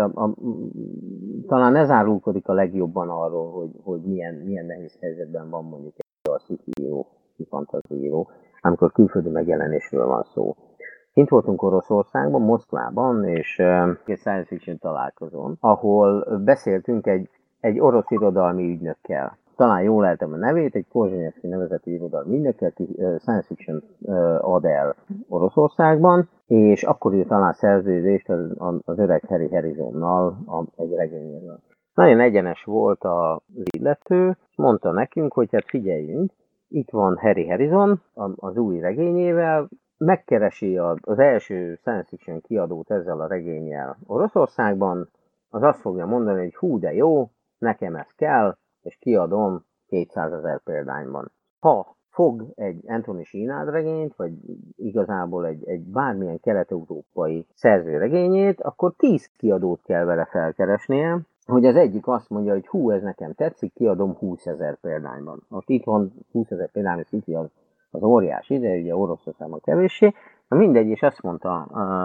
talán ez árulkodik a legjobban arról, hogy milyen nehéz helyzetben van mondjuk egy sci-fi fantaziíró, amikor külföldi megjelenésről van szó. Kint voltunk Oroszországban, Moszkvában, és egy science fiction találkozón, ahol beszéltünk egy orosz irodalmi ügynökkel. Talán jól eltem a nevét, egy Korzsenyevszky nevezetű irodalmi ügynökkel, aki science fiction ad el Oroszországban, és akkor írt talán szerződést az öreg Harry Harrisonnal egy regényéről. Nagyon egyenes volt az illető, mondta nekünk, hogy hát figyeljünk, itt van Harry Harrison az új regényével, megkeresi az első science fiction kiadót ezzel a regénnyel Oroszországban, az azt fogja mondani, hogy hú, de jó, nekem ez kell, és kiadom 200 000 példányban. Ha fog egy Anthony Sheenald regényt, vagy igazából egy bármilyen kelet-európai szerző regényét, akkor 10 kiadót kell vele felkeresnie, hogy az egyik azt mondja, hogy hú, ez nekem tetszik, kiadom 20 000 példányban. Most itthon 20 000 példányban City az óriási, de ugye Oroszországban kevéssé. Na mindegy, és azt mondta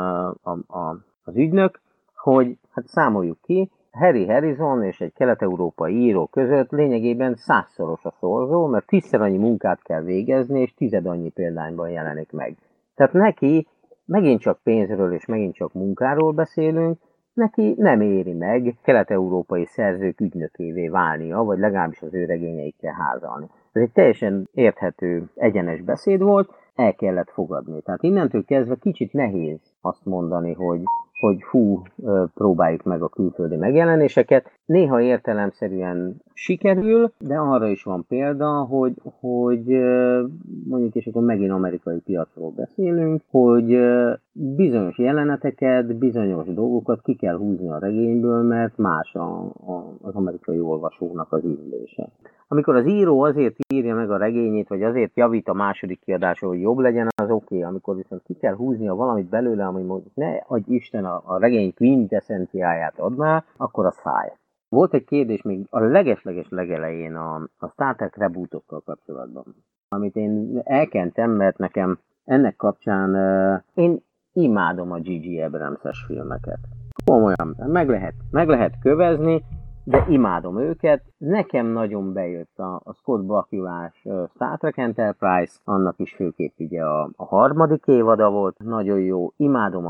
az ügynök, hogy hát számoljuk ki, Harry Harrison és egy kelet-európai író között lényegében 100-szoros a szorzó, mert 10-szer annyi munkát kell végezni, és 10 annyi példányban jelenik meg. Tehát neki, megint csak pénzről és megint csak munkáról beszélünk, neki nem éri meg kelet-európai szerzők ügynökévé válnia, vagy legalábbis az ő regényeikkel házalni. Ez egy teljesen érthető, egyenes beszéd volt, el kellett fogadni. Tehát innentől kezdve kicsit nehéz azt mondani, hogy hú, próbáljuk meg a külföldi megjelenéseket. Néha értelemszerűen sikerül, de arra is van példa, hogy mondjuk, és akkor megint amerikai piacról beszélünk, hogy bizonyos jeleneteket, bizonyos dolgokat ki kell húzni a regényből, mert más az amerikai olvasónak az ízlése. Amikor az író azért írja meg a regényét, vagy azért javít a második kiadásra, hogy jobb legyen, az oké. Amikor viszont ki kell húznia valamit belőle, ami mondjuk ne adj Isten a regény quintessenciáját adná, akkor az fáj. Volt egy kérdés még a leges legelején a Star Trek rebootokkal kapcsolatban, amit én elkentem, mert nekem ennek kapcsán én imádom a J.J. Abrams-es filmeket. Komolyan, meg lehet kövezni, de imádom őket. Nekem nagyon bejött a Scott Bakula-s Star Trek Enterprise, annak is főképp ugye a harmadik évada volt, nagyon jó. Imádom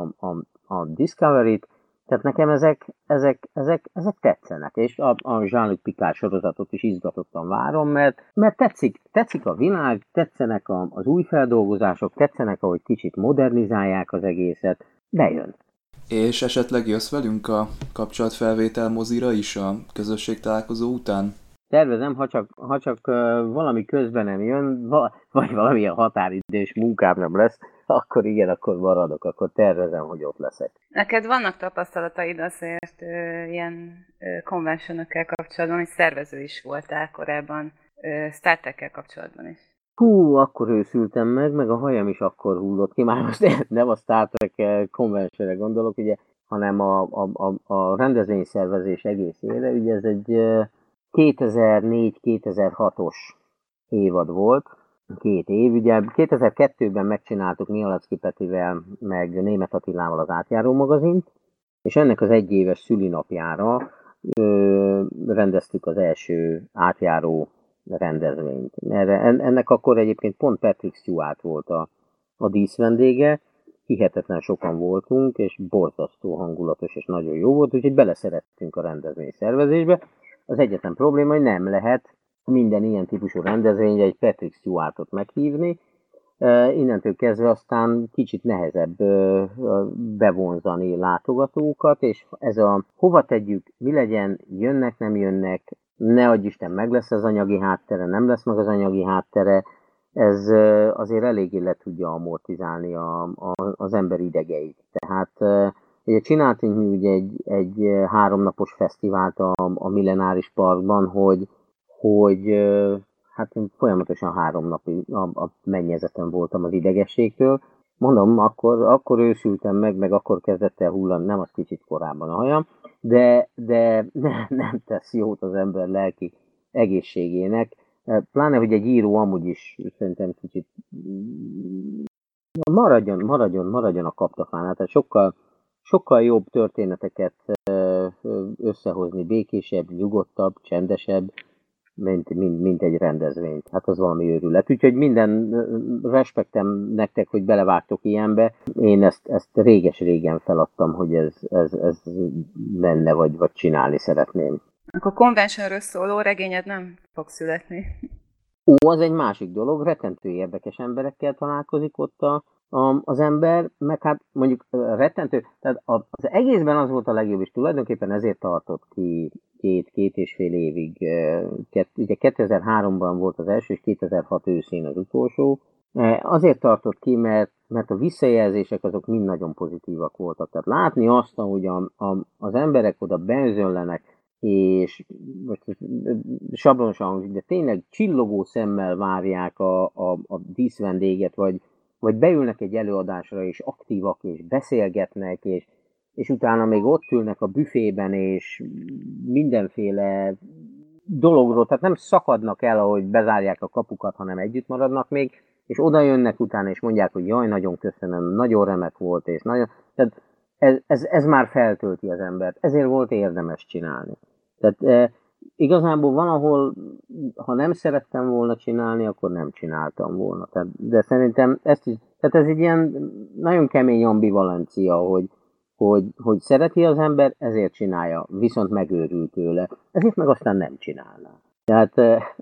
a Discovery-t, tehát nekem ezek tetszenek, és a Jean-Luc Picard sorozatot is izgatottan várom, mert tetszik a világ, tetszenek az új feldolgozások, tetszenek, ahogy kicsit modernizálják az egészet, bejön. És esetleg jössz velünk a kapcsolatfelvétel mozira is a közösség találkozó után? Tervezem, ha csak valami közben nem jön, vagy valamilyen határidős munkám nem lesz, akkor igen, akkor maradok, akkor tervezem, hogy ott leszek. Neked vannak tapasztalataid azért ilyen konvencionokkel kapcsolatban, hogy szervező is voltál korábban, Star Trek-kel kapcsolatban is. Hú, akkor őszültem meg a hajam is akkor hullott ki, már most nem a Star Trek konvencióra gondolok, ugye, hanem a rendezvényszervezés egészére, ugye ez egy 2004-2006-os évad volt, 2 év, ugye 2002-ben megcsináltuk Mihalacki Petivel, meg Németh Attilával az Átjáró magazint, és ennek az egyéves szülinapjára rendeztük az első átjáró rendezvényt. Ennek akkor egyébként pont Patrick Stewart volt a díszvendége, hihetetlen sokan voltunk, és borzasztó hangulatos és nagyon jó volt, úgyhogy beleszerettünk a rendezvény szervezésbe. Az egyetlen probléma, hogy nem lehet minden ilyen típusú rendezvényre egy Patrick Stewartot meghívni, innentől kezdve aztán kicsit nehezebb bevonzani látogatókat, és ez a hova tegyük, mi legyen, jönnek, nem jönnek, ne adj Isten, meg lesz az anyagi háttere, nem lesz meg az anyagi háttere, ez azért eléggé le tudja amortizálni az ember idegeit. Tehát ugye csináltunk mi ugye egy 3 napos fesztivált a Millenáris Parkban, hogy hát folyamatosan 3 napig a mennyezeten voltam az idegességtől. Mondom, akkor őszültem meg akkor kezdett el hullani, nem az kicsit korábban a hajam, de nem tesz jót az ember lelki egészségének. Pláne, hogy egy író amúgy is szerintem kicsit maradjon a kaptafánál. Tehát sokkal jobb történeteket összehozni, békésebb, nyugodtabb, csendesebb, mint egy rendezvényt. Hát az valami őrület. Úgyhogy minden respektem nektek, hogy belevágtok ilyenbe. Én ezt réges-régen feladtam, hogy ez menne, vagy csinálni szeretném. Akkor konvencióról szóló regényed nem fog születni. Az egy másik dolog, rettentő érdekes emberekkel találkozik ott az ember, meg hát mondjuk rettentő, tehát az egészben az volt a legjobb, és tulajdonképpen ezért tartott ki 2,5 évig. Ugye 2003-ban volt az első, és 2006 őszén az utolsó. Azért tartott ki, mert a visszajelzések azok mind nagyon pozitívak voltak. Tehát látni azt, hogy az emberek oda benzönlenek és most sablonosan hangzik, de tényleg csillogó szemmel várják a díszvendéget, vagy beülnek egy előadásra, és aktívak, és beszélgetnek, és utána még ott ülnek a büfében, és mindenféle dologról, tehát nem szakadnak el, ahogy bezárják a kapukat, hanem együtt maradnak még, és oda jönnek utána, és mondják, hogy jaj, nagyon köszönöm, nagyon remek volt, és nagyon... Tehát ez már feltölti az embert, ezért volt érdemes csinálni. Tehát igazából valahol, ha nem szerettem volna csinálni, akkor nem csináltam volna. De szerintem ez egy ilyen nagyon kemény ambivalencia, hogy szereti az ember, ezért csinálja, viszont megőrül tőle. Ezért meg aztán nem csinálná. Tehát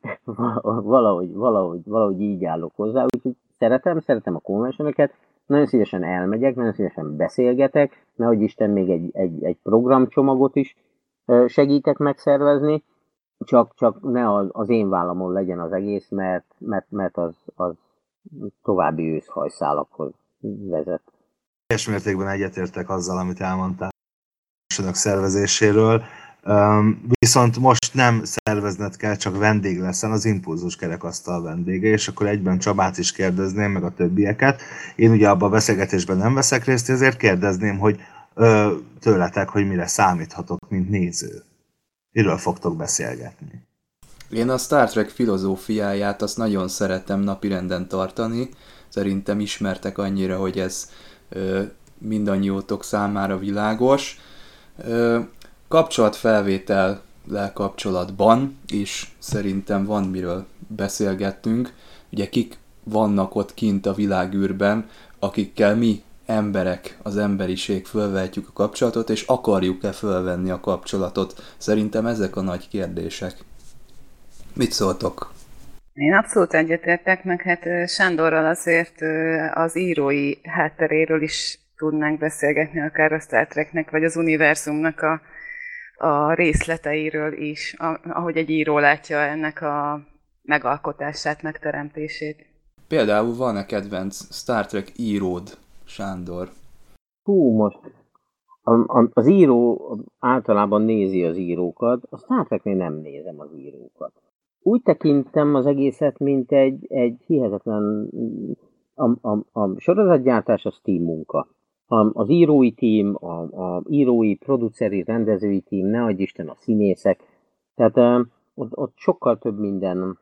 valahogy így állok hozzá, úgyhogy szeretem a konvencioneket, nagyon szívesen elmegyek, nagyon szívesen beszélgetek, nehogy Isten még egy programcsomagot is segítek megszervezni, csak ne az én vállamon legyen az egész, mert az további őszhajszálakhoz vezet. Teljes mértékben egyetértek azzal, amit elmondtál a önök szervezéséről. Viszont most nem szervezned kell, csak vendég leszel, az Impulzus kerekasztal vendége, és akkor egyben Csabát is kérdezném, meg a többieket. Én ugye abban a beszélgetésben nem veszek részt, ezért kérdezném, hogy tőletek, hogy mire számíthatok, mint néző. Miről fogtok beszélgetni? Én a Star Trek filozófiáját azt nagyon szeretem napirenden tartani. Szerintem ismertek annyira, hogy ez mindannyiótok számára világos. Kapcsolatfelvétellel kapcsolatban is szerintem van miről beszélgettünk. Ugye kik vannak ott kint a világűrben, akikkel mi emberek, az emberiség fölvehetjük a kapcsolatot, és akarjuk-e fölvenni a kapcsolatot? Szerintem ezek a nagy kérdések. Mit szóltok? Én abszolút egyetértek, meg hát Sándorral azért az írói hátteréről is tudnánk beszélgetni, akár a Star Treknek, vagy az univerzumnak a részleteiről is, ahogy egy író látja ennek a megalkotását, megteremtését. Például van-e kedvenc Star Trek íród, Sándor? Most az író általában nézi az írókat, a Star Treknél nem nézem az írókat. Úgy tekintem az egészet, mint egy hihetetlen... A sorozatgyártás az team munka. Az írói tím, a írói, produceri, rendezői tím, ne adj Isten a színészek. Tehát ott sokkal több minden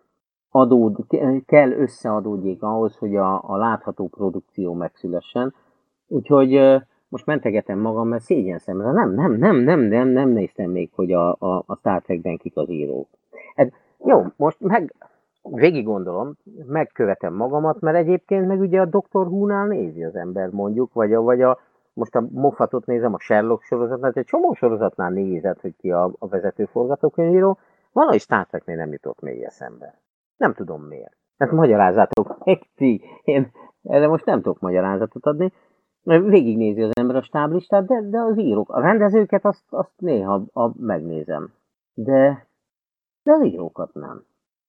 kell összeadódjék ahhoz, hogy a látható produkció megszülessen. Úgyhogy most mentegetem magam, mert szégyenszemre nem néztem még, hogy a Star Trekben kik az írók. Jó, most végig gondolom, megkövetem magamat, mert egyébként meg ugye a Dr. Who-nál nézi az ember mondjuk, vagy most a Moffatot nézem, a Sherlock sorozatnál, egy csomó sorozatnál nézed, hogy ki a vezető forgatókönyvíró, valahogy Star Treknél nem jutott még eszembe. Nem tudom miért. Hát magyarázzátok, én erre most nem tudok magyarázatot adni. Végignézi az ember a stáblistát, de az írók, a rendezőket azt néha megnézem. De az írókat nem.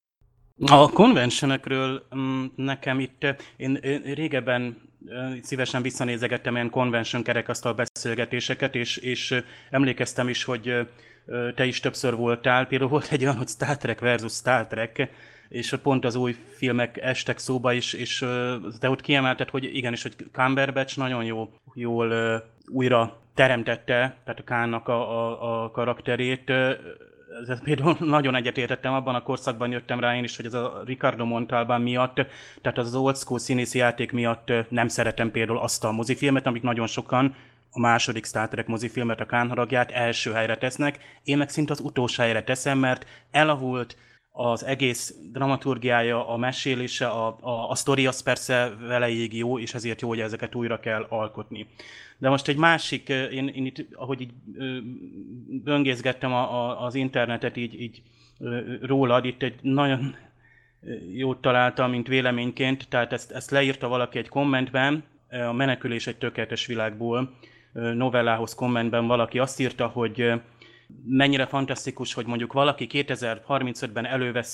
A konvencionekről nekem itt, én régebben szívesen visszanézegettem ilyen konvention kerekasztal beszélgetéseket, és emlékeztem is, hogy te is többször voltál. Például volt egy olyan, hogy Star Trek versus Star Trek, és pont az új filmek estek szóba is, és te ott kiemelted, hogy igenis, hogy Cumberbatch nagyon jól újra teremtette, tehát a Kánnak a karakterét. Ez például nagyon egyetértettem, abban a korszakban jöttem rá én is, hogy ez a Ricardo Montalban miatt, tehát az old school színészi játék miatt nem szeretem például azt a mozifilmet, amit nagyon sokan a második Star Trek mozifilmet, a Kán haragját első helyre tesznek. Én meg szinte az utolsó helyre teszem, mert elavult az egész dramaturgiája, a mesélése, a sztori az persze veleig jó, és ezért jó, hogy ezeket újra kell alkotni. De most egy másik, én itt, ahogy így böngészgettem az internetet így rólad, itt egy nagyon jót találtam, mint véleményként, tehát ezt leírta valaki egy kommentben, a Menekülés egy tökéletes világból novellához kommentben valaki azt írta, hogy mennyire fantasztikus, hogy mondjuk valaki 2035-ben előveszi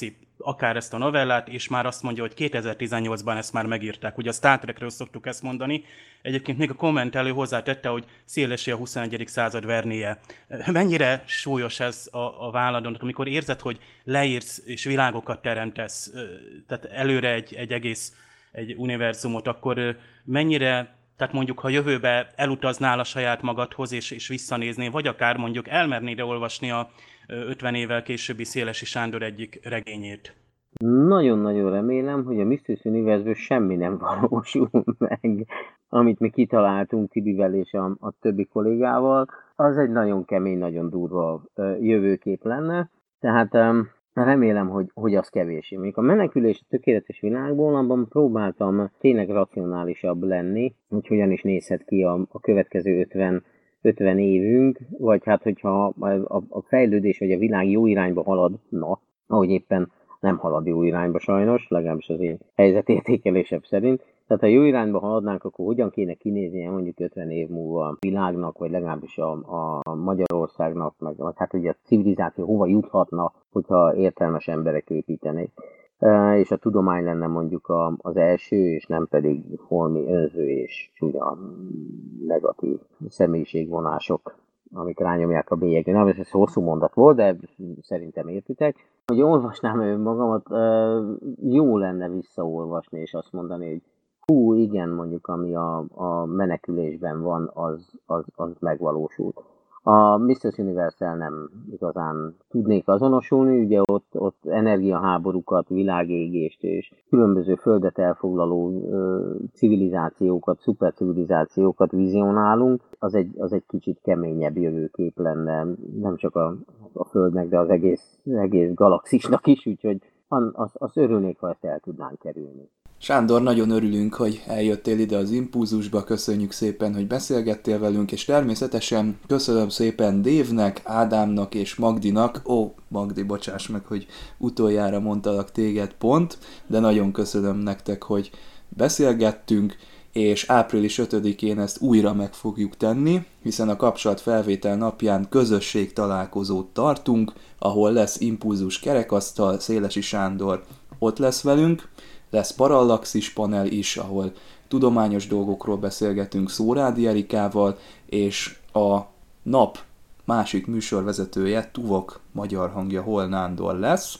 akár ezt a novellát, és már azt mondja, hogy 2018-ban ezt már megírták. Ugye a Star Trekről szoktuk ezt mondani. Egyébként még a kommentelő hozzátette, hogy szélesé a 21. század vernie. Mennyire súlyos ez a váladon, amikor érzed, hogy leírsz és világokat teremtesz, tehát előre egy egész egy univerzumot, akkor mennyire, tehát mondjuk, ha jövőbe elutaznál a saját magadhoz, és visszanéznél, vagy akár mondjuk elmernéd olvasni a 50 évvel későbbi Szélesi Sándor egyik regényét? Nagyon-nagyon remélem, hogy a Mr. Universe-ből semmi nem valósul meg, amit mi kitaláltunk Tibivel és a többi kollégával. Az egy nagyon kemény, nagyon durva jövőkép lenne. Tehát remélem, hogy az kevésé. Még a menekülés a tökéletes világból, abban próbáltam tényleg racionálisabb lenni, hogy hogyan is nézhet ki a következő 50 évünk, vagy hát hogyha a fejlődés vagy a világ jó irányba haladna, ahogy éppen nem halad jó irányba sajnos, legalábbis az én helyzetértékelésem szerint. Tehát ha jó irányba haladnánk, akkor hogyan kéne kinéznie mondjuk 50 év múlva a világnak, vagy legalábbis a Magyarországnak, meg hát ugye a civilizáció hova juthatna, hogyha értelmes emberek építenék. És a tudomány lenne mondjuk az első, és nem pedig holmi önző és csúnya negatív személyiségvonások, amik rányomják a bélyegre. Nem, ez hosszú mondat volt, de szerintem értitek. Hogy olvasnám önmagamat, jó lenne visszaolvasni, és azt mondani, hogy hú, igen, mondjuk ami a menekülésben van, az megvalósult. A Mr. Universe-el nem igazán tudnék azonosulni, ugye ott energiaháborúkat, világégést és különböző földet elfoglaló civilizációkat, szupercivilizációkat vizionálunk. Az egy kicsit keményebb jövőkép lenne, nem csak a Földnek, de az egész galaxisnak is, úgyhogy az örülnék, ha ezt el tudnánk kerülni. Sándor, nagyon örülünk, hogy eljöttél ide az Impulzusba, köszönjük szépen, hogy beszélgettél velünk, és természetesen köszönöm szépen Dévnek, Ádámnak és Magdinak. Magdi, bocsáss meg, hogy utoljára mondtalak téged pont, de nagyon köszönöm nektek, hogy beszélgettünk, és április 5-én ezt újra meg fogjuk tenni, hiszen a kapcsolatfelvétel napján közösségtalálkozót tartunk, ahol lesz Impulzus kerekasztal, Szélesi Sándor ott lesz velünk, lesz Parallaxis panel is, ahol tudományos dolgokról beszélgetünk Szórádi Erikával, és a nap másik műsorvezetője, Tuvok magyar hangja Hol Nándor lesz.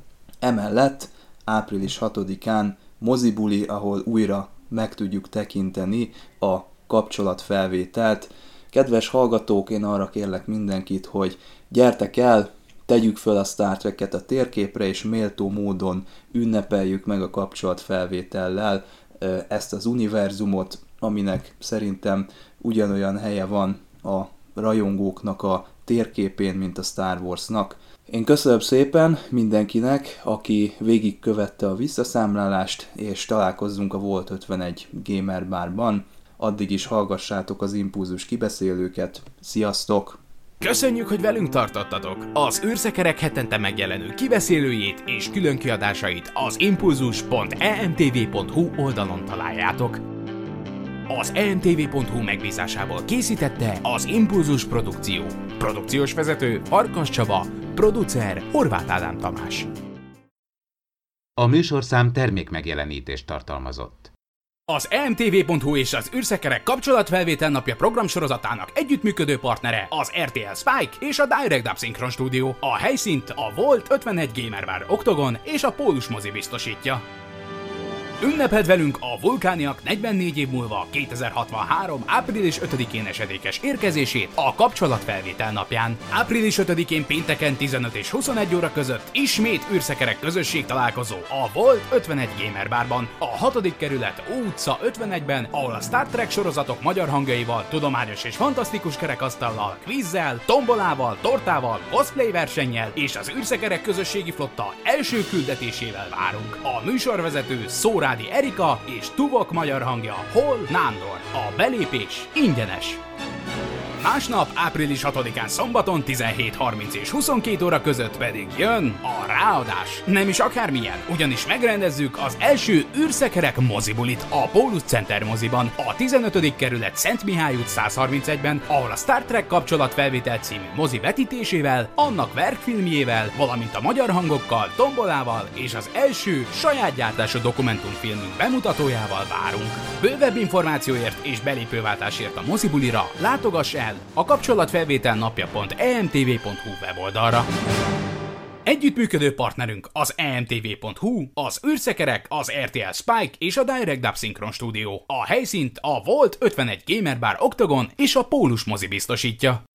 Emellett április 6-án mozibuli, ahol újra meg tudjuk tekinteni a kapcsolatfelvételt. Kedves hallgatók, én arra kérlek mindenkit, hogy gyertek el, tegyük föl a Star Trek-et a térképre, és méltó módon ünnepeljük meg a kapcsolatfelvétellel ezt az univerzumot, aminek szerintem ugyanolyan helye van a rajongóknak a térképén, mint a Star Warsnak. Én köszönöm szépen mindenkinek, aki végigkövette a visszaszámlálást, és találkozzunk a Volt 51 Gamer Barban. Addig is hallgassátok az Impulzus kibeszélőket. Sziasztok! Köszönjük, hogy velünk tartottatok! Az űrszekerek hetente megjelenő kibeszélőjét és külön kiadásait az impulzus.emtv.hu oldalon találjátok. Az emtv.hu megbízásából készítette az Impulzus Produkció. Produkciós vezető Farkas Csaba, producer Horváth Ádám Tamás. A műsorszám termékmegjelenítést tartalmazott. Az emtv.hu és az űrszekerek kapcsolatfelvétel napja programsorozatának együttműködő partnere az RTL Spike és a Direct Dub Synchron Studio. A helyszínt a Volt 51 Gamer Bar Oktogon és a Pólus mozi biztosítja. Ünnepeld velünk a Vulkániak 44 év múlva 2063. április 5-én esedékes érkezését a kapcsolatfelvétel napján. Április 5-én pénteken 15 és 21 óra között ismét űrszekerek közösség találkozó a Volt 51 Gamer Barban, a 6. kerület Ó utca 51-ben, ahol a Star Trek sorozatok magyar hangjaival, tudományos és fantasztikus kerekasztallal, kvízzel, tombolával, tortával, cosplay versennyel és az űrszekerek közösségi flotta első küldetésével várunk. A műsorvezető Szórádi Erika és Tuvok magyar hangja Hol Nándor. A belépés ingyenes. Másnap, április 6-án szombaton 17:30 és 22 óra között pedig jön a ráadás. Nem is akármilyen, ugyanis megrendezzük az első űrszekerek mozibulit a Pólus Center moziban, a 15. kerület Szent Mihály út 131-ben, ahol a Star Trek kapcsolatfelvétel című mozi vetítésével, annak verkfilmjével, valamint a magyar hangokkal, tombolával és az első saját gyártású dokumentumfilmünk bemutatójával várunk. Bővebb információért és belépőváltásért a mozibulira látogass el a kapcsolatfelvételnapja.emtv.hu weboldalra. Együttműködő partnerünk az emtv.hu, az űrszekerek, az RTL Spike és a Direct Dub Synchron Studio. A helyszínt a Volt 51 Gamer Bar Octagon és a Pólus mozi biztosítja.